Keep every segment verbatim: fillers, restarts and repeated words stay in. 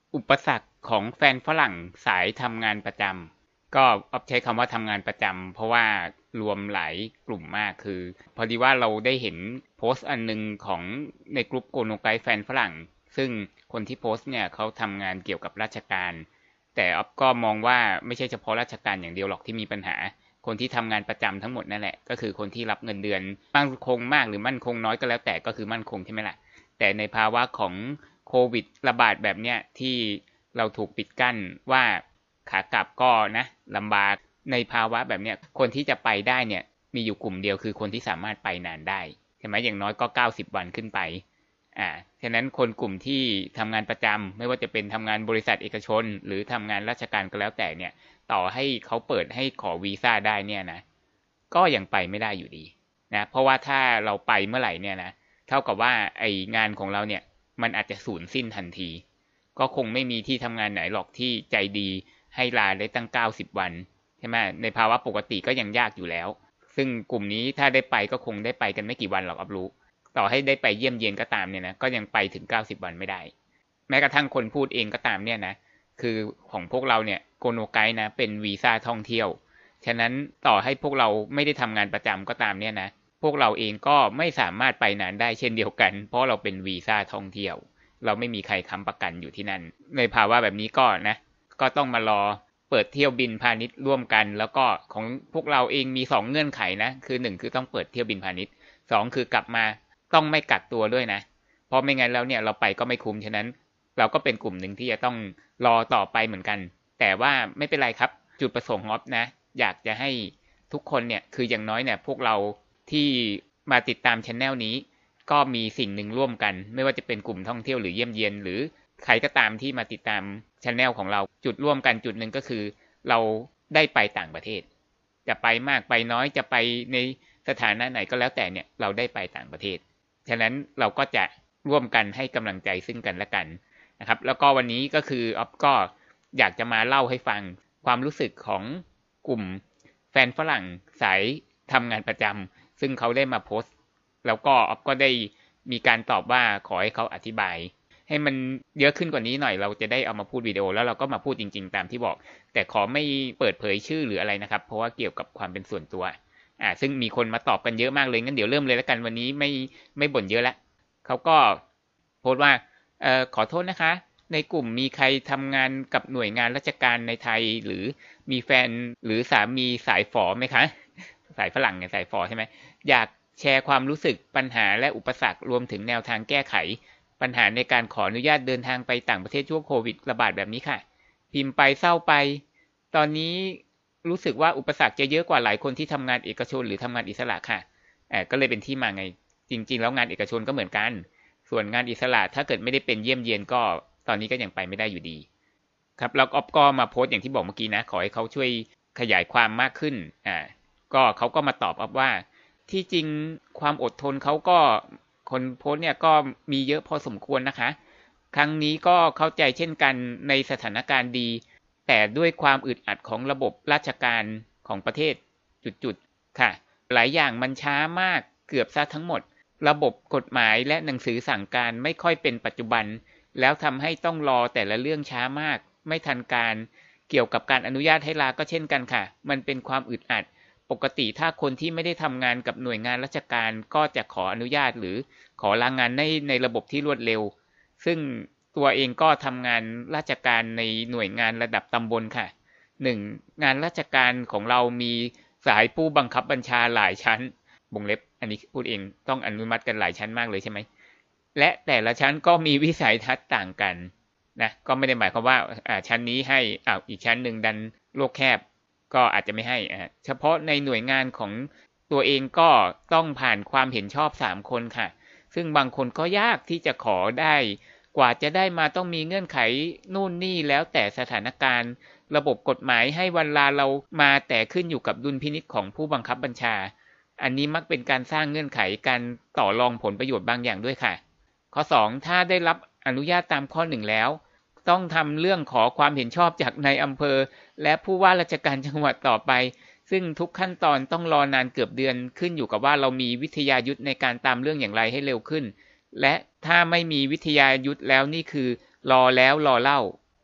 อุปสรรคของแฟนฝรั่งสายทำงานประจำก็ออฟใช้คำว่าทำงานประจำเพราะว่ารวมหลายกลุ่มมากคือพอดีว่าเราได้เห็นโพสต์อันนึงของในกลุ่มโกโนไกแฟนฝรั่งซึ่งคนที่โพสต์เนี่ยเขาทำงานเกี่ยวกับราชการแต่ออฟก็มองว่าไม่ใช่เฉพาะราชการอย่างเดียวหรอกที่มีปัญหาคนที่ทำงานประจำทั้งหมดนั่นแหละก็คือคนที่รับเงินเดือนมั่นคงมากหรือมั่นคงน้อยก็แล้วแต่ก็คือมั่นคงใช่ไหมล่ะแต่ในภาวะของโควิดระบาดแบบเนี้ยที่เราถูกปิดกั้นว่าขากลับก็นะลำบากในภาวะแบบเนี้ยคนที่จะไปได้เนี่ยมีอยู่กลุ่มเดียวคือคนที่สามารถไปนานได้ใช่ไหมอย่างน้อยก็เก้าสิบวันขึ้นไปอ่าฉะนั้นคนกลุ่มที่ทำงานประจำไม่ว่าจะเป็นทำงานบริษัทเอกชนหรือทำงานราชการก็แล้วแต่เนี่ยต่อให้เขาเปิดให้ขอวีซ่าได้เนี่ยนะก็ยังไปไม่ได้อยู่ดีนะเพราะว่าถ้าเราไปเมื่อไหร่เนี่ยนะเท่ากับว่าไองานของเราเนี่ยมันอาจจะสูญสิ้นทันทีก็คงไม่มีที่ทำงานไหนหรอกที่ใจดีให้ลาได้ตั้งเก้าสิบวันใช่ไหมในภาวะปกติก็ยังยากอยู่แล้วซึ่งกลุ่มนี้ถ้าได้ไปก็คงได้ไปกันไม่กี่วันหรอกอับรู้ต่อให้ได้ไปเยี่ยมเยียนก็ตามเนี่ยนะก็ยังไปถึงเก้าสิบวันไม่ได้แม้กระทั่งคนพูดเองก็ตามเนี่ยนะคือของพวกเราเนี่ยโกโนไกด์นะเป็นวีซ่าท่องเที่ยวฉะนั้นต่อให้พวกเราไม่ได้ทำงานประจำก็ตามเนี่ยนะพวกเราเองก็ไม่สามารถไปนานได้เช่นเดียวกันเพราะเราเป็นวีซ่าท่องเที่ยวเราไม่มีใครค้ำประกันอยู่ที่นั่นในภาวะแบบนี้ก็นะก็ต้องมารอเปิดเที่ยวบินพาณิชย์ร่วมกันแล้วก็ของพวกเราเองมีสองเงื่อนไขนะคือหนึ่งคือต้องเปิดเที่ยวบินพาณิชย์สองคือกลับมาต้องไม่กักตัวด้วยนะเพราะไม่งั้นแล้วเนี่ยเราไปก็ไม่คุ้มฉะนั้นเราก็เป็นกลุ่มหนึ่งที่จะต้องรอต่อไปเหมือนกันแต่ว่าไม่เป็นไรครับจุดประสงค์ออฟนะอยากจะให้ทุกคนเนี่ยคืออย่างน้อยเนี่ยพวกเราที่มาติดตามช anel นี้ก็มีสิ่งหนึ่งร่วมกันไม่ว่าจะเป็นกลุ่มท่องเที่ยวหรือเยี่ยมเยียนหรือใครก็ตามที่มาติดตามช anel ของเราจุดร่วมกันจุดหนึ่งก็คือเราได้ไปต่างประเทศจะไปมากไปน้อยจะไปในสถานะไหนก็แล้วแต่เนี่ยเราได้ไปต่างประเทศฉะนั้นเราก็จะร่วมกันให้กำลังใจซึ่งกันและกันนะครับแล้วก็วันนี้ก็คือออฟก็อยากจะมาเล่าให้ฟังความรู้สึกของกลุ่มแฟนฝรั่งสายทำงานประจำซึ่งเขาได้มาโพสต์แล้วก็ออฟก็ได้มีการตอบว่าขอให้เขาอธิบายให้มันเยอะขึ้นกว่านี้หน่อยเราจะได้เอามาพูดวิดีโอแล้วเราก็มาพูดจริงๆตามที่บอกแต่ขอไม่เปิดเผยชื่อหรืออะไรนะครับเพราะว่าเกี่ยวกับความเป็นส่วนตัวอ่าซึ่งมีคนมาตอบกันเยอะมากเลยงั้นเดี๋ยวเริ่มเลยแล้วกันวันนี้ไม่ไม่บ่นเยอะแล้วเขาก็โพสต์ว่าเอ่อขอโทษนะคะในกลุ่มมีใครทำงานกับหน่วยงานราชการในไทยหรือมีแฟนหรือสามีสายฝอไหมคะสายฝรั่งเนี่ยสายฝอใช่ไหมอยากแชร์ความรู้สึกปัญหาและอุปสรรครวมถึงแนวทางแก้ไขปัญหาในการขออนุญาตเดินทางไปต่างประเทศช่วงโควิดระบาดแบบนี้ค่ะพิมพ์ไปเศร้าไปตอนนี้รู้สึกว่าอุปสรรคจะเยอะกว่าหลายคนที่ทำงานเอกชนหรือทำงานอิสระค่ะเออก็เลยเป็นที่มาไงจริงๆแล้วงานเอกชนก็เหมือนกันส่วนงานอิสระถ้าเกิดไม่ได้เป็นเยี่ยมเยียนก็ตอนนี้ก็ยังไปไม่ได้อยู่ดีครับแล้วอ๊อฟก็มาโพสต์อย่างที่บอกเมื่อกี้นะขอให้เขาช่วยขยายความมากขึ้นอ่าก็เขาก็มาตอบอ๊อฟว่าที่จริงความอดทนเขาก็คนโพสต์เนี่ยก็มีเยอะพอสมควรนะคะครั้งนี้ก็เข้าใจเช่นกันในสถานการณ์ดีแต่ด้วยความอึดอัดของระบบราชการของประเทศจุดๆค่ะหลายอย่างมันช้ามากเกือบซะทั้งหมดระบบกฎหมายและหนังสือสั่งการไม่ค่อยเป็นปัจจุบันแล้วทำให้ต้องรอแต่ละเรื่องช้ามากไม่ทันการเกี่ยวกับการอนุญาตให้ลาก็เช่นกันค่ะมันเป็นความอึดอัดปกติถ้าคนที่ไม่ได้ทำงานกับหน่วยงานราชการก็จะขออนุญาตหรือขอลางานในในระบบที่รวดเร็วซึ่งตัวเองก็ทำงานราชการในหน่วยงานระดับตำบลค่ะหนึ่งงานราชการของเรามีสายผู้บังคับบัญชาหลายชั้นวงเล็บอันนี้พูดเองต้องอนุมัติกันหลายชั้นมากเลยใช่ไหมและแต่ละชั้นก็มีวิสัยทัศน์ต่างกันนะก็ไม่ได้หมายความว่าอ่าชั้นนี้ให้อ้าวอีกชั้นหนึ่งดันโลกแคบก็อาจจะไม่ให้อ่าเฉพาะในหน่วยงานของตัวเองก็ต้องผ่านความเห็นชอบสามคนค่ะซึ่งบางคนก็ยากที่จะขอได้กว่าจะได้มาต้องมีเงื่อนไขนู่นนี่แล้วแต่สถานการณ์ระบบกฎหมายให้วันลาเรามาแต่ขึ้นอยู่กับดุลพินิจของผู้บังคับบัญชาอันนี้มักเป็นการสร้างเงื่อนไขการต่อรองผลประโยชน์บางอย่างด้วยค่ะข้อสองถ้าได้รับอนุญาตตามข้อหนึ่งแล้วต้องทำเรื่องขอความเห็นชอบจากนายอำเภอและผู้ว่าราชการจังหวัดต่อไปซึ่งทุกขั้นตอนต้องรอนานเกือบเดือนขึ้นอยู่กับว่าเรามีวิทยายุทธในการตามเรื่องอย่างไรให้เร็วขึ้นและถ้าไม่มีวิทยายุทธแล้วนี่คือรอแล้วรอเล่า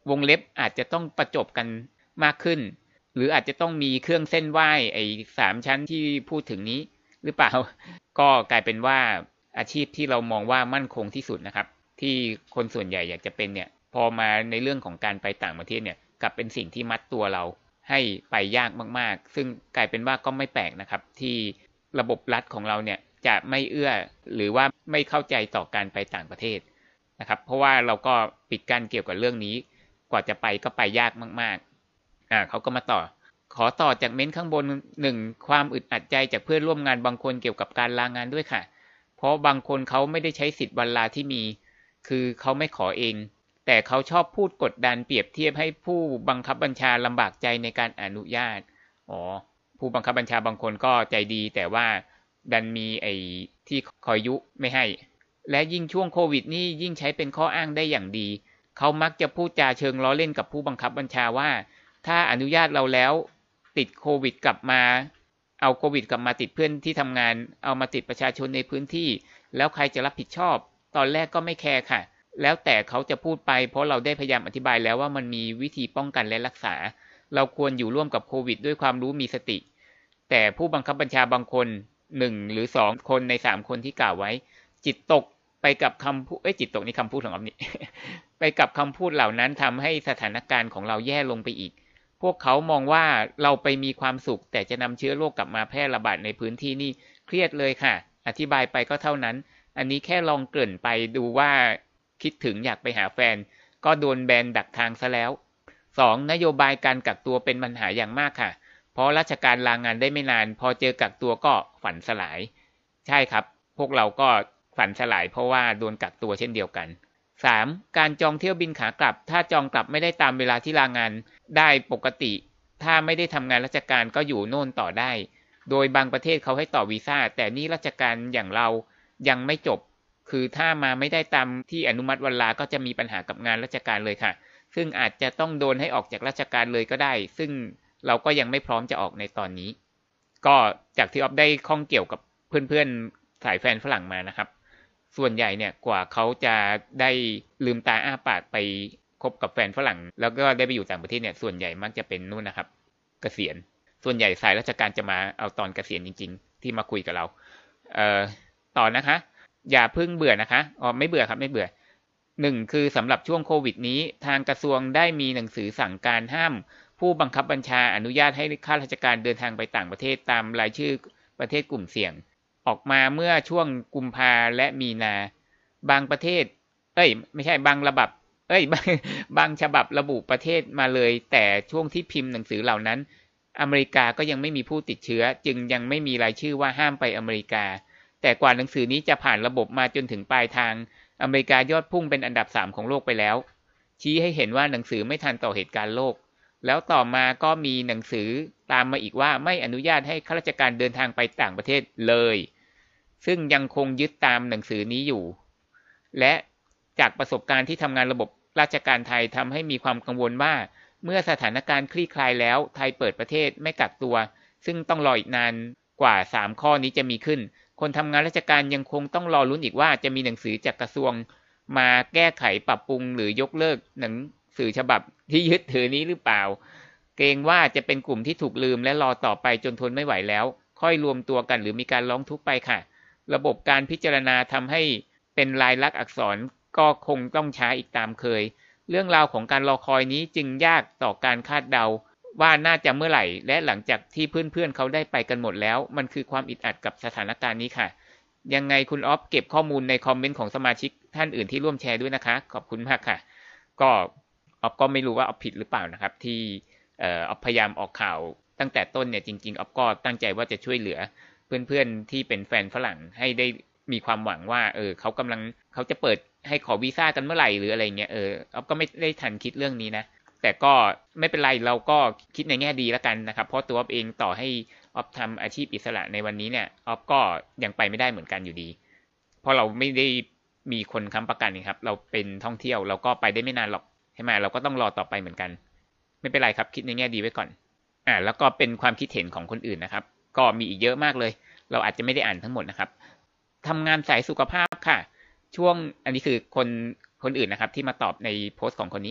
วงเล็บอาจจะต้องประจบกันมากขึ้นหรืออาจจะต้องมีเครื่องเส้นไหว้ไอ้สามชั้นที่พูดถึงนี้หรือเปล่าก็กลายเป็นว่าอาชีพที่เรามองว่ามั่นคงที่สุดนะครับที่คนส่วนใหญ่อยากจะเป็นเนี่ยพอมาในเรื่องของการไปต่างประเทศเนี่ยกลับเป็นสิ่งที่มัดตัวเราให้ไปยากมากๆซึ่งกลายเป็นว่าก็ไม่แปลกนะครับที่ระบบรัฐของเราเนี่ยจะไม่เอื้อหรือว่าไม่เข้าใจต่อการไปต่างประเทศนะครับเพราะว่าเราก็ปิดกั้นเกี่ยวกับเรื่องนี้กว่าจะไปก็ไปยากมากๆอ่าเขาก็มาต่อขอต่อจากเม้นข้างบนหนึ่งความอึดอัดใจจากเพื่อนร่วมงานบางคนเกี่ยวกับการลางานด้วยค่ะเพราะบางคนเขาไม่ได้ใช้สิทธิ์วันลาที่มีคือเขาไม่ขอเองแต่เขาชอบพูดกดดันเปรียบเทียบให้ผู้บังคับบัญชาลำบากใจในการอนุญาตอ๋อผู้บังคับบัญชาบางคนก็ใจดีแต่ว่าดันมีไอ้ที่คอยยุไม่ให้และยิ่งช่วงโควิดนี่ยิ่งใช้เป็นข้ออ้างได้อย่างดีเขามักจะพูดจาเชิงล้อเล่นกับผู้บังคับบัญชาว่าถ้าอนุญาตเราแล้วติดโควิดกลับมาเอาโควิดกลับมาติดเพื่อนที่ทำงานเอามาติดประชาชนในพื้นที่แล้วใครจะรับผิดชอบตอนแรกก็ไม่แคร์ค่ะแล้วแต่เขาจะพูดไปเพราะเราได้พยายามอธิบายแล้วว่ามันมีวิธีป้องกันและรักษาเราควรอยู่ร่วมกับโควิดด้วยความรู้มีสติแต่ผู้บังคับบัญชาบางคนหนึ่งหรือสองคนในสามคนที่กล่าวไว้จิตตกไปกับคำพูดเอ้ยจิตตกนี่คำพูดของอ๊อฟนี่ ไปกับคำพูดเหล่านั้นทำให้สถานการณ์ของเราแย่ลงไปอีกพวกเขามองว่าเราไปมีความสุขแต่จะนำเชื้อโรคกลับมาแพร่ระบาดในพื้นที่นี่เครียดเลยค่ะอธิบายไปก็เท่านั้นอันนี้แค่ลองเกริ่นไปดูว่าคิดถึงอยากไปหาแฟนก็โดนแบนดักทางซะแล้วสองนโยบายการกักตัวเป็นปัญหาอย่างมากค่ะเพราะราชการลางงานได้ไม่นานพอเจอกักตัวก็ฝันสลายใช่ครับพวกเราก็ฝันสลายเพราะว่าโดนกักตัวเช่นเดียวกันสามการจองเที่ยวบินขากลับถ้าจองกลับไม่ได้ตามเวลาที่ลางานได้ปกติถ้าไม่ได้ทำงานราชการก็อยู่โน่นต่อได้โดยบางประเทศเขาให้ต่อวีซ่าแต่นี่ราชการอย่างเรายังไม่จบคือถ้ามาไม่ได้ตามที่อนุมัติวันลาก็จะมีปัญหากับงานราชการเลยค่ะซึ่งอาจจะต้องโดนให้ออกจากราชการเลยก็ได้ซึ่งเราก็ยังไม่พร้อมจะออกในตอนนี้ก็จากที่อ๊อฟได้ข้องเกี่ยวกับเพื่อนๆสายแฟนฝรั่งมานะครับส่วนใหญ่เนี่ยกว่าเขาจะได้ลืมตาอ้าปากไปคบกับแฟนฝรั่งแล้วก็ได้ไปอยู่ต่างประเทศเนี่ยส่วนใหญ่มักจะเป็นนู่นนะครับเกษียณส่วนใหญ่สายราชการจะมาเอาตอนเกษียณจริงๆที่มาคุยกับเราเอ่อต่อนะคะอย่าเพิ่งเบื่อนะคะอ๋อไม่เบื่อครับไม่เบื่อหนึ่งคือสำหรับช่วงโควิดนี้ทางกระทรวงได้มีหนังสือสั่งการห้ามผู้บังคับบัญชาอนุญาตให้ข้าราชการเดินทางไปต่างประเทศตามรายชื่อประเทศกลุ่มเสี่ยงออกมาเมื่อช่วงกุมภาและมีนาบางประเทศเอ้ยไม่ใช่บางระบับเอ้ย บางฉบับระบุประเทศมาเลยแต่ช่วงที่พิมพ์หนังสือเหล่านั้นอเมริกาก็ยังไม่มีผู้ติดเชื้อจึงยังไม่มีรายชื่อว่าห้ามไปอเมริกาแต่กว่าหนังสือนี้จะผ่านระบบมาจนถึงปลายทางอเมริกายอดพุ่งเป็นอันดับสามของโลกไปแล้วชี้ให้เห็นว่าหนังสือไม่ทันต่อเหตุการณ์โลกแล้วต่อมาก็มีหนังสือตามมาอีกว่าไม่อนุญาตให้ข้าราชการเดินทางไปต่างประเทศเลยซึ่งยังคงยึดตามหนังสือนี้อยู่และจากประสบการณ์ที่ทำงานระบบราชการไทยทำให้มีความกังวลว่าเมื่อสถานการณ์คลี่คลายแล้วไทยเปิดประเทศไม่กักตัวซึ่งต้องรออีกนานกว่าสามข้อนี้จะมีขึ้นคนทำงานราชการยังคงต้องรอลุ้นอีกว่าจะมีหนังสือจากกระทรวงมาแก้ไขปรับปรุงหรือยกเลิกหนังสือฉบับที่ยึดถือนี้หรือเปล่าเกรงว่าจะเป็นกลุ่มที่ถูกลืมและรอต่อไปจนทนไม่ไหวแล้วค่อยรวมตัวกันหรือมีการร้องทุกข์ไปค่ะระบบการพิจารณาทำให้เป็นลายลักษณ์อักษรก็คงต้องช้าอีกตามเคยเรื่องราวของการรอคอยนี้จึงยากต่อการคาดเดาว่าน่าจะเมื่อไหร่และหลังจากที่เพื่อนๆ เขาได้ไปกันหมดแล้วมันคือความอึดอัดกับสถานการณ์นี้ค่ะยังไงคุณออฟเก็บข้อมูลในคอมเมนต์ของสมาชิกท่านอื่นที่ร่วมแชร์ด้วยนะคะขอบคุณมากค่ะก็ออฟก็ไม่รู้ว่าออฟผิดหรือเปล่านะครับที่เอ่อออฟพยายามออกข่าวตั้งแต่ต้นเนี่ยจริงๆออฟก็ตั้งใจว่าจะช่วยเหลือเพื่อนๆที่เป็นแฟนฝรั่งให้ได้มีความหวังว่าเออเขากำลังเขาจะเปิดให้ขอวีซ่ากันเมื่อไหร่หรืออะไรเงี้ยเออออฟก็ไม่ได้ทันคิดเรื่องนี้นะแต่ก็ไม่เป็นไรเราก็คิดในแง่ดีแล้วกันนะครับเพราะตัวออฟเองต่อให้ออฟทำอาชีพอิสระในวันนี้เนี่ยออฟก็ยังไปไม่ได้เหมือนกันอยู่ดีเพราะเราไม่ได้มีคนค้ำประกันครับเราเป็นท่องเที่ยวเราก็ไปได้ไม่นานหรอกใช่ไหมเราก็ต้องรอต่อไปเหมือนกันไม่เป็นไรครับคิดในแง่ดีไว้ก่อนอ่าแล้วก็เป็นความคิดเห็นของคนอื่นนะครับก็มีอีกเยอะมากเลยเราอาจจะไม่ได้อ่านทั้งหมดนะครับทำงานสายสุขภาพค่ะช่วงอันนี้คือคนคนอื่นนะครับที่มาตอบในโพสต์ของคนนี้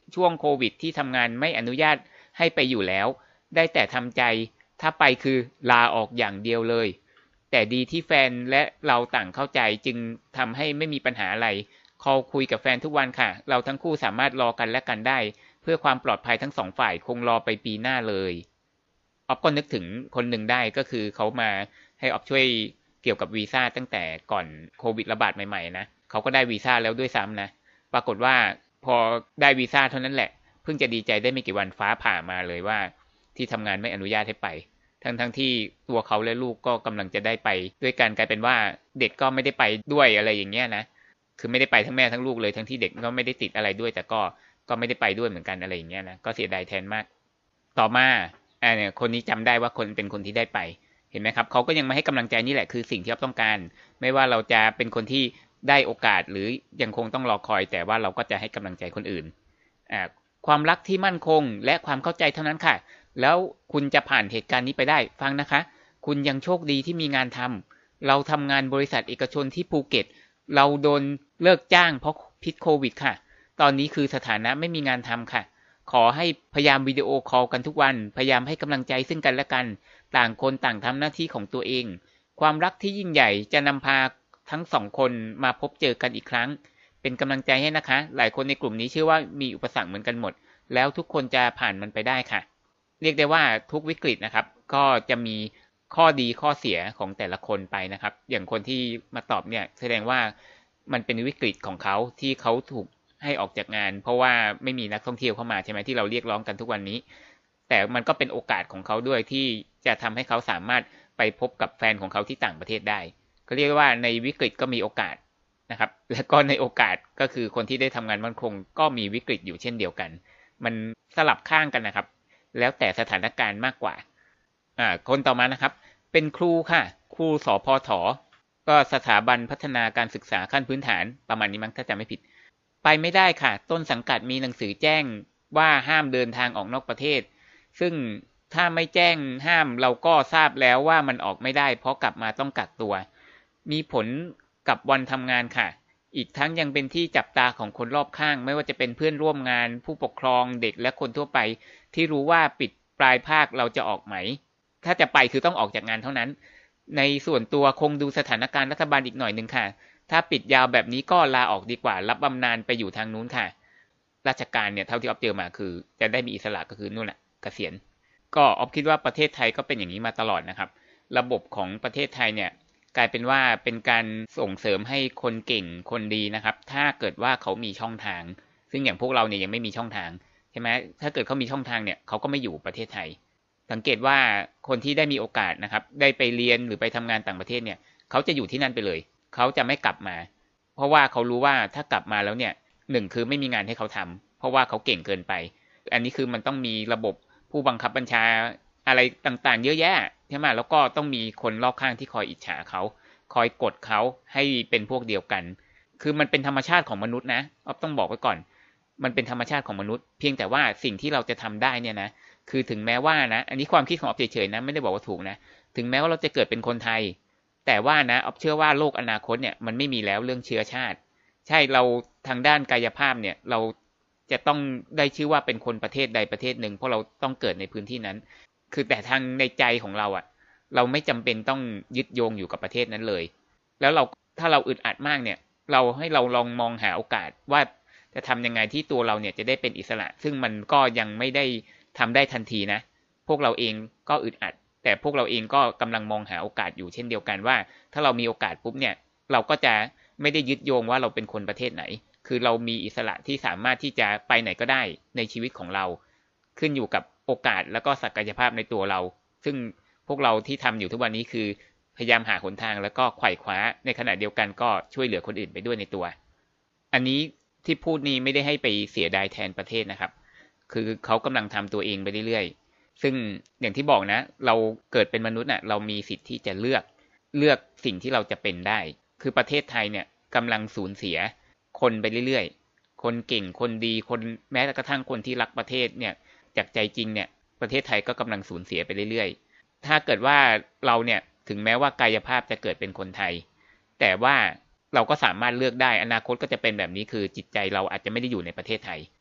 ช่วงโควิดที่ทำงานไม่อนุญาตให้ไปอยู่แล้วได้แต่ทำใจถ้าไปคือลาออกอย่างเดียวเลยแต่ดีที่แฟนและเราต่างเข้าใจจึงทำให้ไม่มีปัญหาอะไรคอลคุยกับแฟนทุกวันค่ะเราทั้งคู่สามารถรอกันและกันได้เพื่อความปลอดภัยทั้งสองฝ่ายคงรอไปปีหน้าเลยออฟก็นึกถึงคนหนึ่งได้ก็คือเขามาให้ออฟช่วยเกี่ยวกับวีซ่าตั้งแต่ก่อนโควิดระบาดใหม่ๆนะเขาก็ได้วีซ่าแล้วด้วยซ้ำนะปรากฏว่าพอได้วีซ่าเท่านั้นแหละเพิ่งจะดีใจได้ไม่กี่วันฟ้าผ่ามาเลยว่าที่ทำงานไม่อนุญาตให้ไปทั้งทั้งที่ตัวเขาและลูกก็กำลังจะได้ไปด้วยกันกลายเป็นว่าเด็กก็ไม่ได้ไปด้วยอะไรอย่างเงี้ยนะคือไม่ได้ไปทั้งแม่ทั้งลูกเลยทั้งที่เด็กก็ไม่ได้ติดอะไรด้วยแต่ก็ก็ไม่ได้ไปด้วยเหมือนกันอะไรอย่างเงี้ยนะก็เสียดายแทนมากต่อมาอ่าเนี่ยคนนี้จำได้ว่าคนเป็นคนที่ได้ไปเห็นไหมครับเขาก็ยังมาให้กำลังใจนี่แหละคือสิ่งที่เราต้องการไม่ว่าเราจะเป็นคนที่ได้โอกาสหรือยังคงต้องรอคอยแต่ว่าเราก็จะให้กำลังใจคนอื่นอ่าความรักที่มั่นคงและความเข้าใจเท่านั้นค่ะแล้วคุณจะผ่านเหตุการณ์นี้ไปได้ฟังนะคะคุณยังโชคดีที่มีงานทำเราทำงานบริษัทเอกชนที่ภูเก็ตเราโดนเลิกจ้างเพราะพิษโควิดค่ะตอนนี้คือสถานะไม่มีงานทำค่ะขอให้พยายามวิดีโอคอลกันทุกวันพยายามให้กำลังใจซึ่งกันและกันต่างคนต่างทำหน้าที่ของตัวเองความรักที่ยิ่งใหญ่จะนำพาทั้งสองคนมาพบเจอกันอีกครั้งเป็นกำลังใจให้นะคะหลายคนในกลุ่มนี้เชื่อว่ามีอุปสรรคเหมือนกันหมดแล้วทุกคนจะผ่านมันไปได้ค่ะเรียกได้ว่าทุกวิกฤตนะครับก็จะมีข้อดีข้อเสียของแต่ละคนไปนะครับอย่างคนที่มาตอบเนี่ยแสดงว่ามันเป็นวิกฤตของเขาที่เขาถูกให้ออกจากงานเพราะว่าไม่มีนักท่องเที่ยวเข้ามาใช่ไหมที่เราเรียกร้องกันทุกวันนี้แต่มันก็เป็นโอกาสของเขาด้วยที่จะทำให้เขาสามารถไปพบกับแฟนของเขาที่ต่างประเทศได้เขาเรียกว่าในวิกฤตก็มีโอกาสนะครับและก็ในโอกาสก็คือคนที่ได้ทำงานมั่นคงก็มีวิกฤตอยู่เช่นเดียวกันมันสลับข้างกันนะครับแล้วแต่สถานการณ์มากกว่าอ่าคนต่อมานะครับเป็นครูค่ะครูสพทก็สถาบันพัฒนาการศึกษาขั้นพื้นฐานประมาณนี้มั้งถ้าจำไม่ผิดไปไม่ได้ค่ะต้นสังกัดมีหนังสือแจ้งว่าห้ามเดินทางออกนอกประเทศซึ่งถ้าไม่แจ้งห้ามเราก็ทราบแล้วว่ามันออกไม่ได้เพราะกลับมาต้องกักตัวมีผลกับวันทำงานค่ะอีกทั้งยังเป็นที่จับตาของคนรอบข้างไม่ว่าจะเป็นเพื่อนร่วมงานผู้ปกครองเด็กและคนทั่วไปที่รู้ว่าปิดปลายภาคเราจะออกไหมถ้าจะไปคือต้องออกจากงานเท่านั้นในส่วนตัวคงดูสถานการณ์รัฐบาลอีกหน่อยนึงค่ะถ้าปิดยาวแบบนี้ก็ลาออกดีกว่ารับบำนาญไปอยู่ทางนู้นค่ะราชการเนี่ยเท่าที่ออฟเจอมาคือจะได้มีอิสระก็คือนู่นแหละเกษียณก็ออฟคิดว่าประเทศไทยก็เป็นอย่างนี้มาตลอดนะครับระบบของประเทศไทยเนี่ยกลายเป็นว่าเป็นการส่งเสริมให้คนเก่งคนดีนะครับถ้าเกิดว่าเขามีช่องทางซึ่งอย่างพวกเราเนี่ยยังไม่มีช่องทางใช่ไหมถ้าเกิดเขามีช่องทางเนี่ยเขาก็ไม่อยู่ประเทศไทยสังเกตว่าคนที่ได้มีโอกาสนะครับได้ไปเรียนหรือไปทำงานต่างประเทศเนี่ยเขาจะอยู่ที่นั่นไปเลยเขาจะไม่กลับมาเพราะว่าเขารู้ว่าถ้ากลับมาแล้วเนี่ยหนึ่งคือไม่มีงานให้เขาทำเพราะว่าเขาเก่งเกินไปอันนี้คือมันต้องมีระบบผู้บังคับบัญชาอะไรต่างๆเยอะแยะใช่ไหมแล้วก็ต้องมีคนรอบข้างที่คอยอิจฉาเขาคอยกดเขาให้เป็นพวกเดียวกันคือมันเป็นธรรมชาติของมนุษย์นะอ๊อฟต้องบอกไว้ก่อนมันเป็นธรรมชาติของมนุษย์เพียงแต่ว่าสิ่งที่เราจะทำได้เนี่ยนะคือถึงแม้ว่านะอันนี้ความคิดของอ๊อฟเฉยๆนะไม่ได้บอกว่าถูกนะถึงแม้ว่าเราจะเกิดเป็นคนไทยแต่ว่านะอ๊อฟเชื่อว่าโลกอนาคตเนี่ยมันไม่มีแล้วเรื่องเชื้อชาติใช่เราทางด้านกายภาพเนี่ยเราจะต้องได้ชื่อว่าเป็นคนประเทศใดประเทศหนึ่งเพราะเราต้องเกิดในพื้นที่นั้นคือแต่ทางในใจของเราอ่ะเราไม่จำเป็นต้องยึดโยงอยู่กับประเทศนั้นเลยแล้วเราถ้าเราอึดอัดมากเนี่ยเราให้เราลองมองหาโอกาสว่าจะทำยังไงที่ตัวเราเนี่ยจะได้เป็นอิสระซึ่งมันก็ยังไม่ได้ทำได้ทันทีนะพวกเราเองก็อึดอัดแต่พวกเราเองก็กำลังมองหาโอกาสอยู่เช่นเดียวกันว่าถ้าเรามีโอกาสปุ๊บเนี่ยเราก็จะไม่ได้ยึดโยงว่าเราเป็นคนประเทศไหนคือเรามีอิสระที่สามารถที่จะไปไหนก็ได้ในชีวิตของเราขึ้นอยู่กับโอกาสแล้วก็ศักยภาพในตัวเราซึ่งพวกเราที่ทำอยู่ทุกวันนี้คือพยายามหาหนทางแล้วก็ไขว่คว้าในขณะเดียวกันก็ช่วยเหลือคนอื่นไปด้วยในตัวอันนี้ที่พูดนี้ไม่ได้ให้ไปเสียดายแทนประเทศนะครับคือเขากำลังทำตัวเองไปเรื่อยๆซึ่งอย่างที่บอกนะเราเกิดเป็นมนุษย์น่ะเรามีสิทธิ์ที่จะเลือกเลือกสิ่งที่เราจะเป็นได้คือประเทศไทยเนี่ยกำลังสูญเสียคนไปเรื่อยๆคนเก่งคนดีคนแม้กระทั่งคนที่รักประเทศเนี่ยจากใจจริงเนี่ยประเทศไทยก็กำลังสูญเสียไปเรื่อยๆถ้าเกิดว่าเราเนี่ยถึงแม้ว่ากายภาพจะเกิดเป็นคนไทยแต่ว่าเราก็สามารถเลือกได้อนาคตก็จะเป็นแบบนี้คือจิตใจเราอาจจะไม่ได้อยู่ในประเทศไทย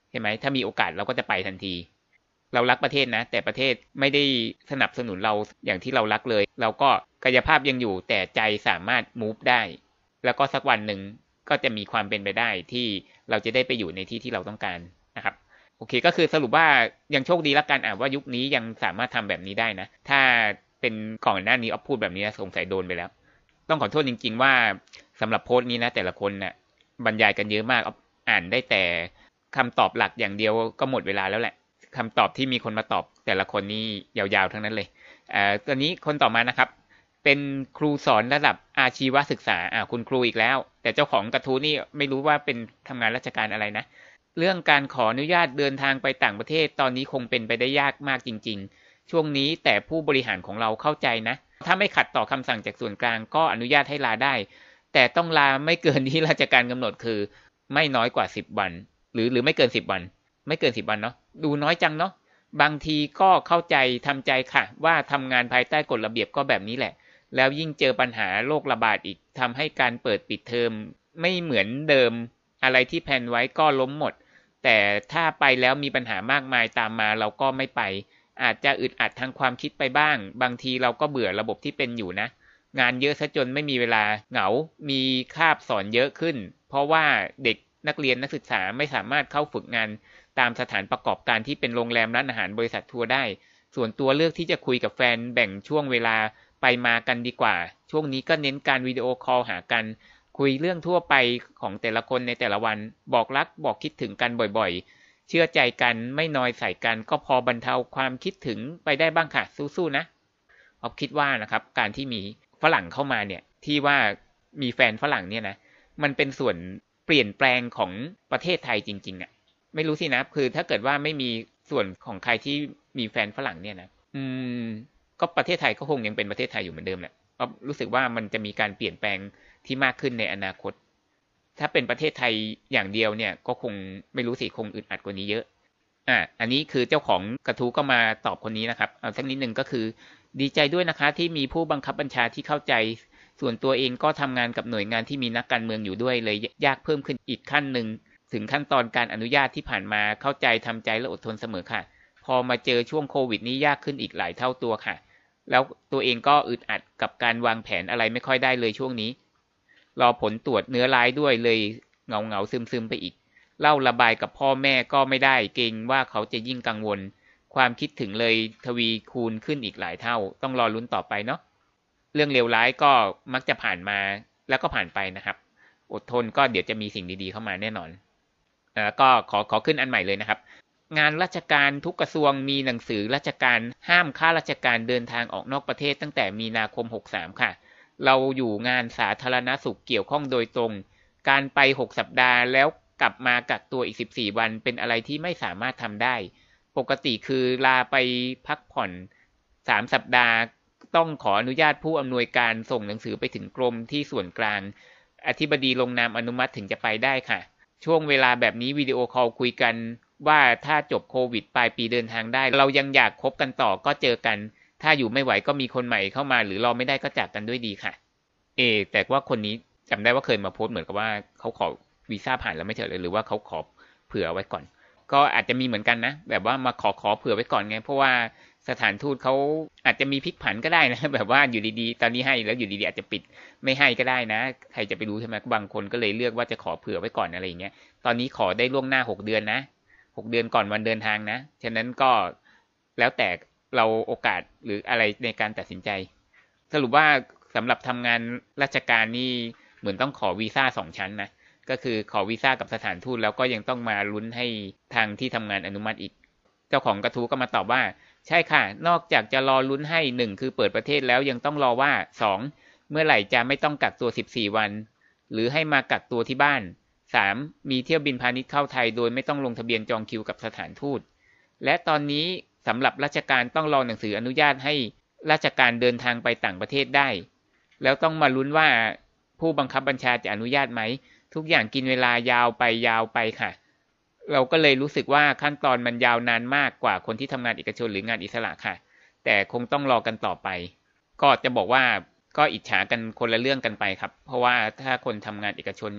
ใช่ไหมถ้ามีโอกาสเราก็จะไปทันทีเรารักประเทศนะแต่ประเทศไม่ได้สนับสนุนเราอย่างที่เรารักเลยเราก็กายภาพยังอยู่แต่ใจสามารถ move ได้แล้วก็สักวันหนึ่งก็จะมีความเป็นไปได้ที่เราจะได้ไปอยู่ในที่ที่เราต้องการนะครับโอเคก็คือสรุปว่ายังโชคดีละกันอ่ะว่ายุคนี้ยังสามารถทำแบบนี้ได้นะถ้าเป็นก่อนหน้านี้ออฟพูดแบบนี้สงสัยโดนไปแล้วต้องขอโทษจริงๆว่าสำหรับโพสต์นี้นะแต่ละคนน่ะบรรยายกันเยอะมากอ่านได้แต่คำตอบหลักอย่างเดียวก็หมดเวลาแล้วแหละคำตอบที่มีคนมาตอบแต่ละคนนี่ยาวๆทั้งนั้นเลยอ่าตอนนี้คนต่อมานะครับเป็นครูสอนระดับอาชีวศึกษาอ่าคุณครูอีกแล้วแต่เจ้าของกระทู้นี่ไม่รู้ว่าเป็นทำงานราชการอะไรนะเรื่องการขออนุญาตเดินทางไปต่างประเทศตอนนี้คงเป็นไปได้ยากมากจริงๆช่วงนี้แต่ผู้บริหารของเราเข้าใจนะถ้าไม่ขัดต่อคำสั่งจากส่วนกลางก็อนุญาตให้ลาได้แต่ต้องลาไม่เกินที่ราชการกำหนดคือไม่น้อยกว่าสิบวันหรือหรือไม่เกินสิบวันไม่เกินสิบวันเนาะดูน้อยจังเนาะบางทีก็เข้าใจทำใจค่ะว่าทำงานภายใต้กฎระเบียบก็แบบนี้แหละแล้วยิ่งเจอปัญหาโรคระบาดอีกทำให้การเปิดปิดเทอมไม่เหมือนเดิมอะไรที่แพลนไว้ก็ล้มหมดแต่ถ้าไปแล้วมีปัญหามากมายตามมาเราก็ไม่ไปอาจจะอึดอัดทางความคิดไปบ้างบางทีเราก็เบื่อระบบที่เป็นอยู่นะงานเยอะซะจนไม่มีเวลาเหงามีคาบสอนเยอะขึ้นเพราะว่าเด็กนักเรียนนักศึกษาไม่สามารถเข้าฝึกงานตามสถานประกอบการที่เป็นโรงแรมร้านอาหารบริษัททัวร์ได้ส่วนตัวเลือกที่จะคุยกับแฟนแบ่งช่วงเวลาไปมากันดีกว่าช่วงนี้ก็เน้นการวิดีโอคอลหากันคุยเรื่องทั่วไปของแต่ละคนในแต่ละวันบอกรักบอกคิดถึงกันบ่อยๆเชื่อใจกันไม่นอยใส่กันก็พอบรรเทาความคิดถึงไปได้บ้างค่ะสู้ๆนะออฟคิดว่านะครับการที่มีฝรั่งเข้ามาเนี่ยที่ว่ามีแฟนฝรั่งเนี่ยนะมันเป็นส่วนเปลี่ยนแปลงของประเทศไทยจริงๆอ่ะไม่รู้สินะคือถ้าเกิดว่าไม่มีส่วนของใครที่มีแฟนฝรั่งเนี่ยนะอืมก็ประเทศไทยก็คงยังเป็นประเทศไทยอยู่เหมือนเดิมแหละออฟรู้สึกว่ามันจะมีการเปลี่ยนแปลงที่มากขึ้นในอนาคตถ้าเป็นประเทศไทยอย่างเดียวเนี่ยก็คงไม่รู้สิคงอึดอัดกว่านี้เยอะอ่ะอันนี้คือเจ้าของกระทู้ก็มาตอบคนนี้นะครับเอาสักนิดนึงก็คือดีใจด้วยนะคะที่มีผู้บังคับบัญชาที่เข้าใจส่วนตัวเองก็ทำงานกับหน่วยงานที่มีนักการเมืองอยู่ด้วยเลยยากเพิ่มขึ้นอีกขั้นหนึ่งถึงขั้นตอนการอนุญาตที่ผ่านมาเข้าใจทำใจและอดทนเสมอค่ะพอมาเจอช่วงโควิดนี้ยากขึ้นอีกหลายเท่าตัวค่ะแล้วตัวเองก็อึดอัดกับการวางแผนอะไรไม่ค่อยได้เลยช่วงนี้รอผลตรวจเนื้อร้ายด้วยเลยเงาเงาซึมซึมไปอีกเล่าระบายกับพ่อแม่ก็ไม่ได้เกรงว่าเขาจะยิ่งกังวลความคิดถึงเลยทวีคูณขึ้นอีกหลายเท่าต้องรอลุ้นต่อไปเนาะเรื่องเลวร้ายก็มักจะผ่านมาแล้วก็ผ่านไปนะครับอดทนก็เดี๋ยวจะมีสิ่งดีๆเข้ามาแน่นอนแล้วก็ขอขอขึ้นอันใหม่เลยนะครับงานราชการทุกกระทรวงมีหนังสือราชการห้ามข้าราชการเดินทางออกนอกประเทศตั้งแต่มีนาคมหกสามค่ะเราอยู่งานสาธารณสุขเกี่ยวข้องโดยตรงการไปหกสัปดาห์แล้วกลับมากักตัวอีกสิบสี่วันเป็นอะไรที่ไม่สามารถทำได้ปกติคือลาไปพักผ่อนสามสัปดาห์ต้องขออนุญาตผู้อำนวยการส่งหนังสือไปถึงกรมที่ส่วนกลางอธิบดีลงนามอนุมัติถึงจะไปได้ค่ะช่วงเวลาแบบนี้วิดีโอคอลคุยกันว่าถ้าจบโควิดปลายปีเดินทางได้เรายังอยากคบกันต่อก็เจอกันถ้าอยู่ไม่ไหวก็มีคนใหม่เข้ามาหรือรอไม่ได้ก็จากกันด้วยดีค่ะเอแต่ว่าคนนี้จำได้ว่าเคยมาโพสต์เหมือนกับว่าเขาขอวีซ่าผ่านแล้วไม่ใช่เลยหรือว่าเขาขอเผื่อไว้ก่อนก็อาจจะมีเหมือนกันนะแบบว่ามาขอขอเผื่อไว้ก่อนไงเพราะว่าสถานทูตเขาอาจจะมีพลิกผันก็ได้นะแบบว่าอยู่ดีๆตอนนี้ให้แล้วอยู่ดีๆอาจจะปิดไม่ให้ก็ได้นะใครจะไปรู้ใช่ไหมบางคนก็เลยเลือกว่าจะขอเผื่อไว้ก่อนอะไรอย่างเงี้ยตอนนี้ขอได้ล่วงหน้าหกเดือนนะหกเดือนก่อนวันเดินทางนะฉะนั้นก็แล้วแต่เราโอกาสหรืออะไรในการตัดสินใจสรุปว่าสำหรับทำงานราชการนี่เหมือนต้องขอวีซ่าสองชั้นนะก็คือขอวีซ่ากับสถานทูตแล้วก็ยังต้องมาลุ้นให้ทางที่ทำงานอนุมัติอีกเจ้าของกระทู้ก็มาตอบว่าใช่ค่ะนอกจากจะรอลุ้นให้หนึ่งคือเปิดประเทศแล้วยังต้องรอว่าสองเมื่อไหร่จะไม่ต้องกักตัวสิบสี่วันหรือให้มากักตัวที่บ้านสามมีเที่ยวบินพาณิชย์เข้าไทยโดยไม่ต้องลงทะเบียนจองคิวกับสถานทูตและตอนนี้สำหรับราชการต้องรอหนังสืออนุญาตให้ราชการเดินทางไปต่างประเทศได้แล้วต้องมาลุ้นว่าผู้บังคับบัญชาจะอนุญาตไหมทุกอย่างกินเวลายาวไปยาวไปค่ะเราก็เลยรู้สึกว่าขั้นตอนมันยาวนานมากกว่าคนที่ทำงานเอกชนหรืองานอิสระค่ะแต่คงต้องรอกันต่อไปก็จะบอกว่าก็อิจฉากันคนละเรื่องกันไปครับเพราะว่าถ้าคนทำงานเอกชนเนี่ย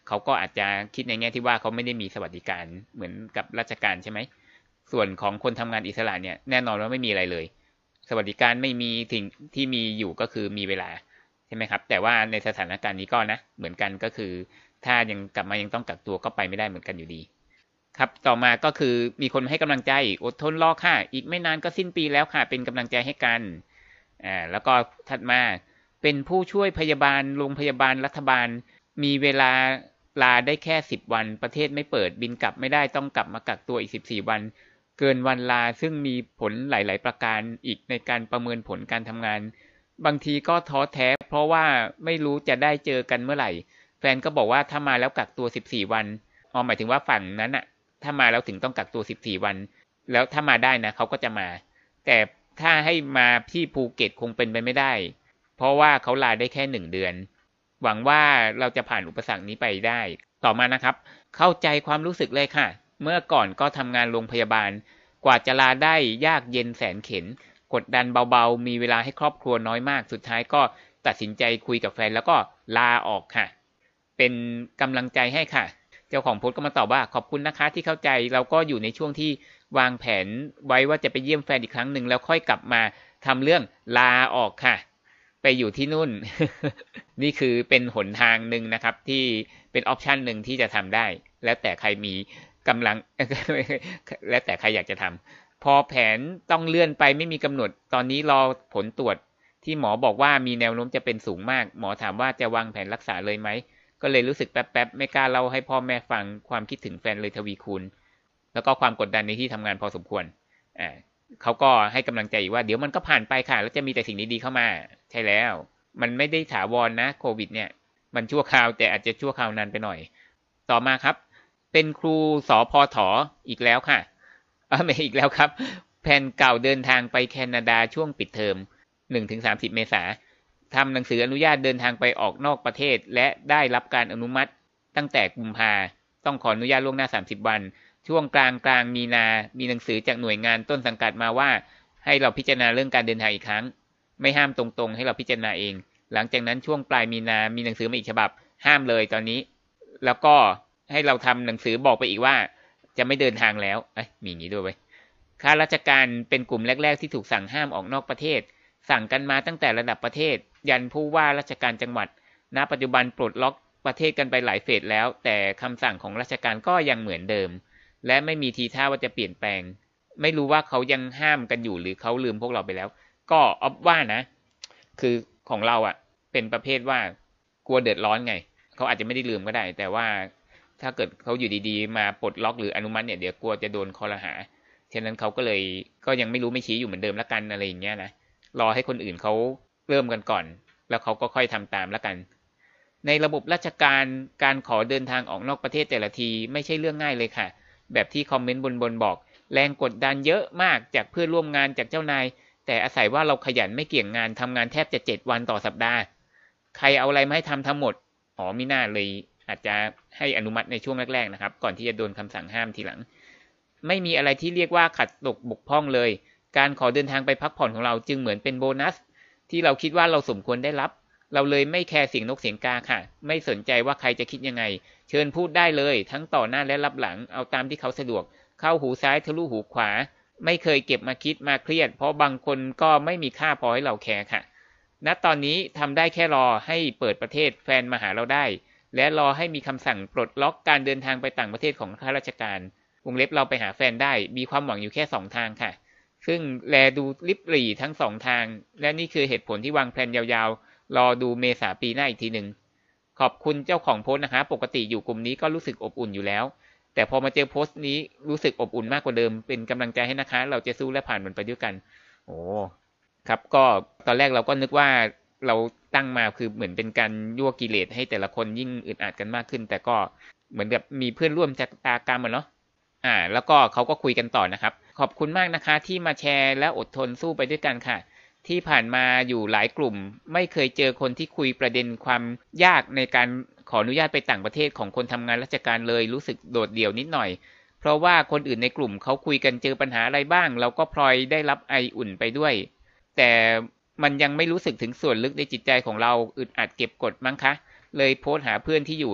เขาก็อาจจะคิดในแง่ที่ว่าเขาไม่ได้มีสวัสดิการเหมือนกับราชการใช่ไหมส่วนของคนทำงานอิสระเนี่ยแน่นอนว่าไม่มีอะไรเลยสวัสดิการไม่มีสิ่งที่มีอยู่ก็คือมีเวลาใช่ไหมครับแต่ว่าในสถานการณ์นี้ก็นะเหมือนกันก็คือถ้ายังกลับมายังต้องกักตัวก็ไปไม่ได้เหมือนกันอยู่ดีครับต่อมาก็คือมีคนให้กำลังใจอดทนรอค่ะอีกไม่นานก็สิ้นปีแล้วค่ะเป็นกำลังใจให้กันอ่าแล้วก็ถัดมาเป็นผู้ช่วยพยาบาลโรงพยาบาลรัฐบาลมีเวลาลาได้แค่สิบวันประเทศไม่เปิดบินกลับไม่ได้ต้องกลับมากักตัวอีกสิบสี่วันเกินวันลาซึ่งมีผลหลายๆประการอีกในการประเมินผลการทำงานบางทีก็ท้อแท้เพราะว่าไม่รู้จะได้เจอกันเมื่อไหร่แฟนก็บอกว่าถ้ามาแล้วกักตัวสิบสี่วันอ๋อหมายถึงว่าฝั่งนั้นน่ะถ้ามาแล้วถึงต้องกักตัวสิบสี่วันแล้วถ้ามาได้นะเขาก็จะมาแต่ถ้าให้มาที่ภูเก็ตคงเป็นไปไม่ได้เพราะว่าเขาลาได้แค่หนึ่งเดือนหวังว่าเราจะผ่านอุปสรรคนี้ไปได้ต่อมานะครับเข้าใจความรู้สึกเลยค่ะเมื่อก่อนก็ทำงานโรงพยาบาลกว่าจะลาได้ยากเย็นแสนเข็ญกดดันเบาๆมีเวลาให้ครอบครัวน้อยมากสุดท้ายก็ตัดสินใจคุยกับแฟนแล้วก็ลาออกค่ะเป็นกำลังใจให้ค่ะเจ้าของโพสต์ก็มาตอบว่าขอบคุณนะคะที่เข้าใจเราก็อยู่ในช่วงที่วางแผนไว้ว่าจะไปเยี่ยมแฟนอีกครั้งหนึ่งแล้วค่อยกลับมาทำเรื่องลาออกค่ะไปอยู่ที่นู่น นี่คือเป็นหนทางหนึ่งนะครับที่เป็นออปชันหนึ่งที่จะทำได้แล้วแต่ใครมีกำลัง แล้วแต่ใครอยากจะทำพอแผนต้องเลื่อนไปไม่มีกำหนดตอนนี้รอผลตรวจที่หมอบอกว่ามีแนวโน้มจะเป็นสูงมากหมอถามว่าจะวางแผนรักษาเลยไหมก็เลยรู้สึกแป๊บๆไม่กล้าเล่าให้พ่อแม่ฟังความคิดถึงแฟนเลยทวีคูณแล้วก็ความกดดันในที่ทำงานพอสมควรอ่าเขาก็ให้กำลังใจว่าเดี๋ยวมันก็ผ่านไปค่ะแล้วจะมีแต่สิ่งดีๆเข้ามาใช่แล้วมันไม่ได้ถาวร นะโควิดเนี่ยมันชั่วคราวแต่อาจจะชั่วคราวนานไปหน่อยต่อมาครับเป็นครูสพฐอีกแล้วค่ะเออไม่อีกแล้วครับแผนเก่าเดินทางไปแคนาดาช่วงปิดเทอม หนึ่งถึงสามสิบ เมษายนทำหนังสืออนุญาตเดินทางไปออกนอกประเทศและได้รับการอนุมัติตั้งแต่กุมภาต้องขออนุญาตล่วงหน้าสามสิบวันช่วงกลางกลางมีนามีหนังสือจากหน่วยงานต้นสังกัดมาว่าให้เราพิจารณาเรื่องการเดินทางอีกครั้งไม่ห้ามตรงๆให้เราพิจารณาเองหลังจากนั้นช่วงปลายมีนามีหนังสือมาอีกฉบับห้ามเลยตอนนี้แล้วก็ให้เราทำหนังสือบอกไปอีกว่าจะไม่เดินทางแล้วเอ้ยมีอย่างนี้ด้วยเว้ยข้าราชการเป็นกลุ่มแรกๆที่ถูกสั่งห้ามออกนอกประเทศสั่งกันมาตั้งแต่ระดับประเทศยันผู้ว่าราชการจังหวัดณปัจจุบันปลดล็อกประเทศกันไปหลายเฟสแล้วแต่คำสั่งของราชการก็ยังเหมือนเดิมและไม่มีทีท่าว่าจะเปลี่ยนแปลงไม่รู้ว่าเขายังห้ามกันอยู่หรือเขาลืมพวกเราไปแล้วก็ออฟว่านะคือของเราอ่ะเป็นประเภทว่ากลัวเดือดร้อนไงเขาอาจจะไม่ได้ลืมก็ได้แต่ว่าถ้าเกิดเขาอยู่ดีๆมาปลดล็อกหรืออนุมัติเนี่ยเดี๋ยวกลัวจะโดนคอรหาฉะนั้นเขาก็เลยก็ยังไม่รู้ไม่ชี้อยู่เหมือนเดิมละกันอะไรอย่างเงี้ยนะรอให้คนอื่นเขาเริ่มกันก่อนแล้วเขาก็ค่อยทำตามละกันในระบบราชการการขอเดินทางออกนอกประเทศแต่ละทีไม่ใช่เรื่องง่ายเลยค่ะแบบที่คอมเมนต์บนๆบอกแรงกดดันเยอะมากจากเพื่อนร่วมงานจากเจ้านายแต่อาศัยว่าเราขยันไม่เกี่ยงงานทำงานแทบจะเจ็ดวันต่อสัปดาห์ใครเอาอะไรมาให้ทำทั้งหมดอ๋อมิน่าเลยอาจจะให้อนุมัติในช่วงแรกๆนะครับก่อนที่จะโดนคำสั่งห้ามทีหลังไม่มีอะไรที่เรียกว่าขัดตกบกพร่องเลยการขอเดินทางไปพักผ่อนของเราจึงเหมือนเป็นโบนัสที่เราคิดว่าเราสมควรได้รับเราเลยไม่แคร์เสียงนกเสียงกาค่ะไม่สนใจว่าใครจะคิดยังไงเชิญพูดได้เลยทั้งต่อหน้าและรับหลังเอาตามที่เขาสะดวกเข้าหูซ้ายทะลุหูขวาไม่เคยเก็บมาคิดมาเครียดเพราะบางคนก็ไม่มีค่าพอให้เราแคร์ค่ะณตอนนี้ทำได้แค่รอให้เปิดประเทศแฟนมาหาเราได้และรอให้มีคำสั่งปลดล็อกการเดินทางไปต่างประเทศของข้าราชการวงเล็บเราไปหาแฟนได้มีความหวังอยู่แค่สองทางค่ะซึ่งแลดูลิบหรี่ทั้งสองทางและนี่คือเหตุผลที่วางแผนยาวๆรอดูเมษาปีหน้าอีกทีหนึ่งขอบคุณเจ้าของโพสต์นะคะปกติอยู่กลุ่มนี้ก็รู้สึกอบอุ่นอยู่แล้วแต่พอมาเจอโพสต์นี้รู้สึกอบอุ่นมากกว่าเดิมเป็นกำลังใจให้นะคะเราจะสู้และผ่านมันไปด้วยกันโอ้ครับก็ตอนแรกเราก็นึกว่าเราตั้งมาคือเหมือนเป็นการยั่วกิเลสให้แต่ละคนยิ่งอึดอัดกันมากขึ้นแต่ก็เหมือนกับมีเพื่อนร่วมชะตากรรมอ่ะเนาะอ่าแล้วก็เขาก็คุยกันต่อนะครับขอบคุณมากนะคะที่มาแชร์และอดทนสู้ไปด้วยกันค่ะที่ผ่านมาอยู่หลายกลุ่มไม่เคยเจอคนที่คุยประเด็นความยากในการขออนุญาตไปต่างประเทศของคนทำงานราชการเลยรู้สึกโดดเดี่ยวนิดหน่อยเพราะว่าคนอื่นในกลุ่มเขาคุยกันเจอปัญหาอะไรบ้างเราก็พลอยได้รับไออุ่นไปด้วยแต่มันยังไม่รู้สึกถึงส่วนลึกในจิตใจของเราอึดอัดเก็บกดมั้งคะเลยโพสต์หาเพื่อนที่อยู่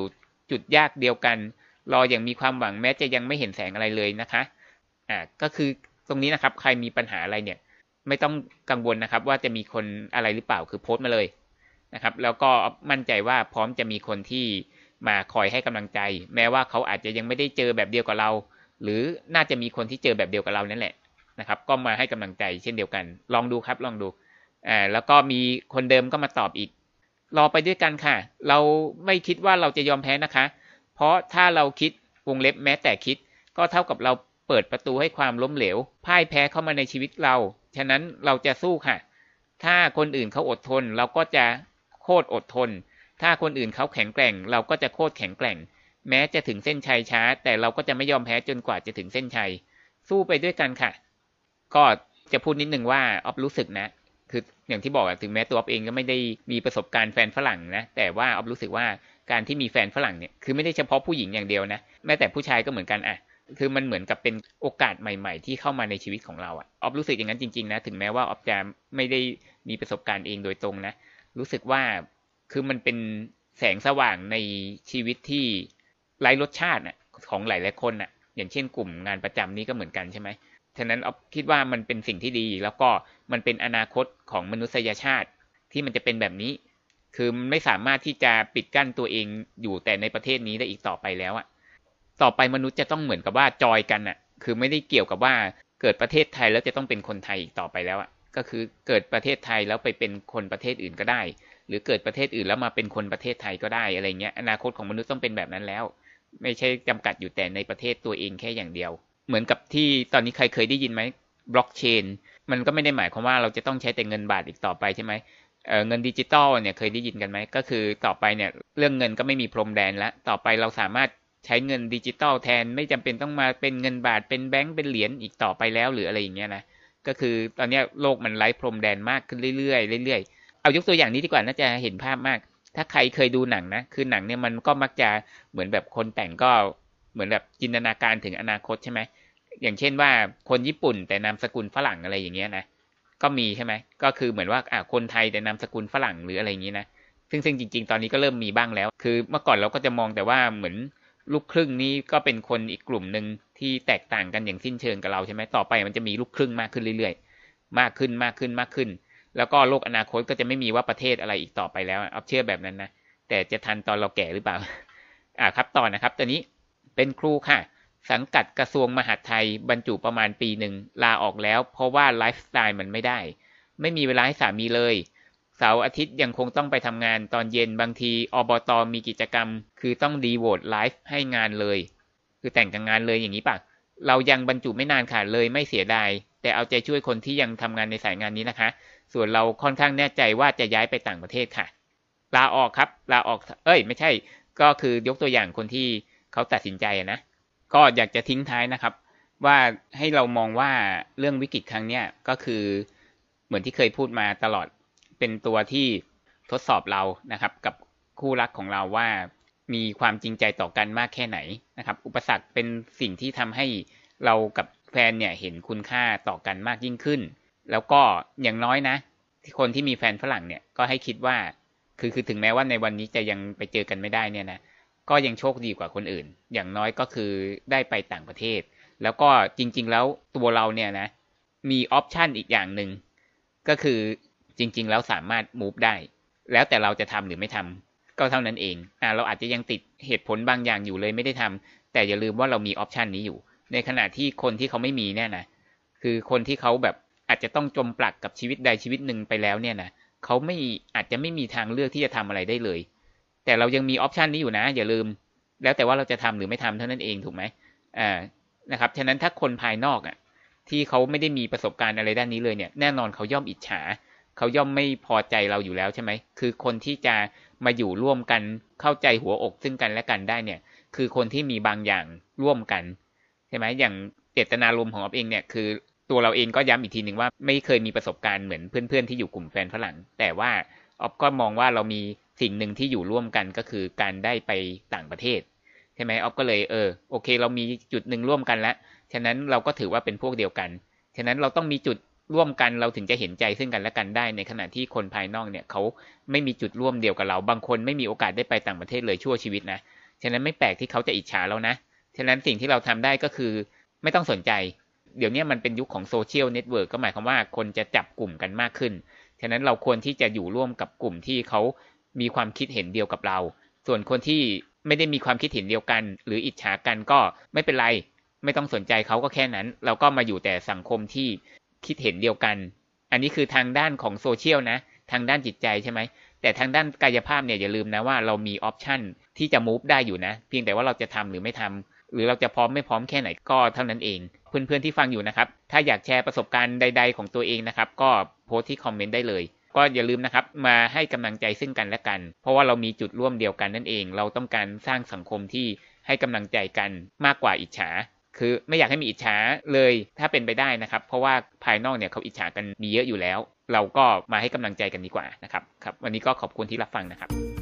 จุดยากเดียวกันรออย่างมีความหวังแม้จะยังไม่เห็นแสงอะไรเลยนะคะอ่าก็คือตรงนี้นะครับใครมีปัญหาอะไรเนี่ยไม่ต้องกังวลนะครับว่าจะมีคนอะไรหรือเปล่าคือโพสต์มาเลยนะครับแล้วก็มั่นใจว่าพร้อมจะมีคนที่มาคอยให้กำลังใจแม้ว่าเขาอาจจะยังไม่ได้เจอแบบเดียวกับเราหรือน่าจะมีคนที่เจอแบบเดียวกับเรานั่นแหละนะครับก็มาให้กำลังใจเช่นเดียวกันลองดูครับลองดูอ่าแล้วก็มีคนเดิมก็มาตอบอีกรอไปด้วยกันค่ะเราไม่คิดว่าเราจะยอมแพ้นะคะเพราะถ้าเราคิดวงเล็บแม้แต่คิดก็เท่ากับเราเปิดประตูให้ความล้มเหลวพ่ายแพ้เข้ามาในชีวิตเราฉะนั้นเราจะสู้ค่ะถ้าคนอื่นเขาอดทนเราก็จะโคตรอดทนถ้าคนอื่นเขาแข็งแกร่งเราก็จะโคตรแข็งแกร่งแม้จะถึงเส้นชัยช้าแต่เราก็จะไม่ยอมแพ้จนกว่าจะถึงเส้นชัยสู้ไปด้วยกันค่ะก็จะพูดนิดนึงว่าออฟรู้สึกนะคืออย่างที่บอกถึงแม้ตัวออฟเองก็ไม่ได้มีประสบการณ์แฟนฝรั่งนะแต่ว่าออฟรู้สึกว่าการที่มีแฟนฝรั่งเนี่ยคือไม่ได้เฉพาะผู้หญิงอย่างเดียวนะแม้แต่ผู้ชายก็เหมือนกันอ่ะคือมันเหมือนกับเป็นโอกาสใหม่ๆที่เข้ามาในชีวิตของเราอ่ะออฟรู้สึกอย่างนั้นจริงๆนะถึงแม้ว่าออฟจะไม่ได้มีประสบการณ์เองโดยตรงนะรู้สึกว่าคือมันเป็นแสงสว่างในชีวิตที่ไร้รสชาติน่ะของหลายๆคนน่ะอย่างเช่นกลุ่มงานประจำนี้ก็เหมือนกันใช่ไหมฉะนั้นออฟคิดว่ามันเป็นสิ่งที่ดีแล้วก็มันเป็นอนาคตของมนุษยชาติที่มันจะเป็นแบบนี้คือมันไม่สามารถที่จะปิดกั้นตัวเองอยู่แต่ในประเทศนี้ได้อีกต่อไปแล้วอ่ะต่อไปมนุษย์จะต้องเหมือนกับว่าจอยกันอ่ะคือไม่ได้เกี่ยวกับว่าเกิดประเทศไทยแล้วจะต้องเป็นคนไทยอีกต่อไปแล้วอ่ะก็คือเกิดประเทศไทยแล้วไปเป็นคนประเทศอื่นก็ได้หรือเกิดประเทศอื่นแล้วมาเป็นคนประเทศไทยก็ได้อะไรเงี้ยอนาคตของมนุษย์ต้องเป็นแบบนั้นแล้วไม่ใช่จำกัดอยู่แต่ในประเทศตัวเองแค่อย่างเดียวเหมือนกับที่ตอนนี้ใครเคยได้ยินไหมบล็อกเชนมันก็ไม่ได้หมายความว่าเราจะต้องใช้แต่เงินบาทอีกต่อไปใช่ไหมเอ่อเงินดิจิตอลเนี่ยเคยได้ยินกันไหมก็คือต่อไปเนี่ยเรื่องเงินก็ไม่มีพรมแดนแล้วต่อไปเราสามารถใช้เงินดิจิตอลแทนไม่จำเป็นต้องมาเป็นเงินบาทเป็นแบงก์เป็นเหรียญอีกต่อไปแล้วหรืออะไรอย่างเงี้ยนะก็คือตอนนี้โลกมันไร้พรมแดนมากขึ้นเรื่อยๆเรื่อยๆเอายกตัวอย่างนี้ดีกว่าน่าจะเห็นภาพมากถ้าใครเคยดูหนังนะคือหนังเนี่ยมันก็มักจะเหมือนแบบคนแต่งก็เหมือนแบบจินตนาการถึงอนาคตใช่ไหมอย่างเช่นว่าคนญี่ปุ่นแต่นามสกุลฝรั่งอะไรอย่างเงี้ยนะก็มีใช่ไหมก็คือเหมือนว่าอ่าคนไทยแต่นามสกุลฝรั่งหรืออะไรอย่างงี้นะซึ่งซึ่งจริงๆตอนนี้ก็เริ่มมีบ้างแล้วคือเมื่อก่อนเราก็จะมองแต่ว่าเหมือนลูกครึ่งนี้ก็เป็นคนอีกกลุ่มหนึ่งที่แตกต่างกันอย่างสิ้นเชิงกับเราใช่ไหมต่อไปมันจะมีลูกครึ่งมากขึ้นเรื่อยๆมากขึ้นมากขึ้นมากขึ้นแล้วก็โลกอนาคตก็จะไม่มีว่าประเทศอะไรอีกต่อไปแล้วเอาเชื่อแบบนั้นนะแต่จะทันตอนเราแก่หรือเปล่าอ่าครับต่อนะครับตอนนี้เป็นครูค่ะสังกัดกระทรวงมหาดไทยบรรจุประมาณปีหนึ่งลาออกแล้วเพราะว่าไลฟ์สไตล์มันไม่ได้ไม่มีเวลาให้สามีเลยเสาร์อาทิตย์ยังคงต้องไปทำงานตอนเย็นบางทีอบตมีกิจกรรมคือต้องดีโวตไลฟ์ให้งานเลยคือแต่งกับงานเลยอย่างนี้ป่ะเรายังบรรจุไม่นานค่ะเลยไม่เสียดายแต่เอาใจช่วยคนที่ยังทำงานในสายงานนี้นะคะส่วนเราค่อนข้างแน่ใจว่าจะย้ายไปต่างประเทศค่ะลาออกครับลาออกเอ้ยไม่ใช่ก็คือยกตัวอย่างคนที่เขาตัดสินใจนะก็อยากจะทิ้งท้ายนะครับว่าให้เรามองว่าเรื่องวิกฤตครั้งนี้ก็คือเหมือนที่เคยพูดมาตลอดเป็นตัวที่ทดสอบเรานะครับกับคู่รักของเราว่ามีความจริงใจต่อกันมากแค่ไหนนะครับอุปสรรคเป็นสิ่งที่ทำให้เรากับแฟนเนี่ยเห็นคุณค่าต่อกันมากยิ่งขึ้นแล้วก็อย่างน้อยนะคนที่มีแฟนฝรั่งเนี่ยก็ให้คิดว่าคือคือถึงแม้ว่าในวันนี้จะยังไปเจอกันไม่ได้เนี่ยนะก็ยังโชคดีกว่าคนอื่นอย่างน้อยก็คือได้ไปต่างประเทศแล้วก็จริงๆแล้วตัวเราเนี่ยนะมีออปชันอีกอย่างหนึ่งก็คือจริงๆแล้วสามารถ move ได้แล้วแต่เราจะทำหรือไม่ทำก็เท่านั้นเองอ่าเราอาจจะยังติดเหตุผลบางอย่างอยู่เลยไม่ได้ทำแต่อย่าลืมว่าเรามีออปชันนี้อยู่ในขณะที่คนที่เขาไม่มีเนี่ยนะคือคนที่เขาแบบอาจจะต้องจมปลักกับชีวิตใดชีวิตหนึ่งไปแล้วเนี่ยนะเขาไม่อาจจะไม่มีทางเลือกที่จะทำอะไรได้เลยแต่เรายังมีออปชันนี้อยู่นะอย่าลืมแล้วแต่ว่าเราจะทำหรือไม่ทำเท่านั้นเองถูกไหมอ่านะครับฉะนั้นถ้าคนภายนอกอ่ะที่เขาไม่ได้มีประสบการณ์อะไรด้านนี้เลยเนี่ยแน่นอนเขาย่อมอิจฉาเขาย่อมไม่พอใจเราอยู่แล้วใช่ไหมคือคนที่จะมาอยู่ร่วมกันเข้าใจหัวอกซึ่งกันและกันได้เนี่ยคือคนที่มีบางอย่างร่วมกันใช่ไหมอย่างเจตนารมณ์ของอ๊อฟเองเนี่ยคือตัวเราเองก็ย้ำอีกทีหนึ่งว่าไม่เคยมีประสบการณ์เหมือนเพื่อนๆที่อยู่กลุ่มแฟนฝรั่งแต่ว่าอ๊อฟก็มองว่าเรามีสิ่งหนึ่งที่อยู่ร่วมกันก็คือการได้ไปต่างประเทศใช่ไหมอ๊อฟก็เลยเออโอเคเรามีจุดหนึ่งร่วมกันแล้วฉะนั้นเราก็ถือว่าเป็นพวกเดียวกันฉะนั้นเราต้องมีจุดร่วมกันเราถึงจะเห็นใจซึ่งกันและกันได้ในขณะที่คนภายนอกเนี่ยเขาไม่มีจุดร่วมเดียวกับเราบางคนไม่มีโอกาสได้ไปต่างประเทศเลยชั่วชีวิตนะฉะนั้นไม่แปลกที่เขาจะอิจฉาเรานะฉะนั้นสิ่งที่เราทำได้ก็คือไม่ต้องสนใจเดี๋ยวนี้มันเป็นยุคของโซเชียลเน็ตเวิร์กก็หมายความว่าคนจะจับกลุ่มกันมากขึ้นฉะนั้นเราควรที่จะอยู่ร่วมกับกลุ่มที่เขามีความคิดเห็นเดียวกับเราส่วนคนที่ไม่ได้มีความคิดเห็นเดียวกันหรืออิจฉากันก็ไม่เป็นไรไม่ต้องสนใจเขาก็แค่นั้นเราก็มาอยู่แต่สังคมที่คิดเห็นเดียวกันอันนี้คือทางด้านของโซเชียลนะทางด้านจิตใจใช่ไหมแต่ทางด้านกายภาพเนี่ยอย่าลืมนะว่าเรามีออปชันที่จะมูฟได้อยู่นะเพียงแต่ว่าเราจะทำหรือไม่ทำหรือเราจะพร้อมไม่พร้อมแค่ไหนก็เท่านั้นเองเพื่อนๆที่ฟังอยู่นะครับถ้าอยากแชร์ประสบการณ์ใดๆของตัวเองนะครับก็โพสต์ที่คอมเมนต์ได้เลยก็อย่าลืมนะครับมาให้กำลังใจซึ่งกันและกันเพราะว่าเรามีจุดร่วมเดียวกันนั่นเองเราต้องการสร้างสังคมที่ให้กำลังใจกันมากกว่าอิจฉาคือไม่อยากให้มีอิจฉาเลยถ้าเป็นไปได้นะครับเพราะว่าภายนอกเนี่ยเขาอิจฉากันมีเยอะอยู่แล้วเราก็มาให้กำลังใจกันดีกว่านะครับครับวันนี้ก็ขอบคุณที่รับฟังนะครับ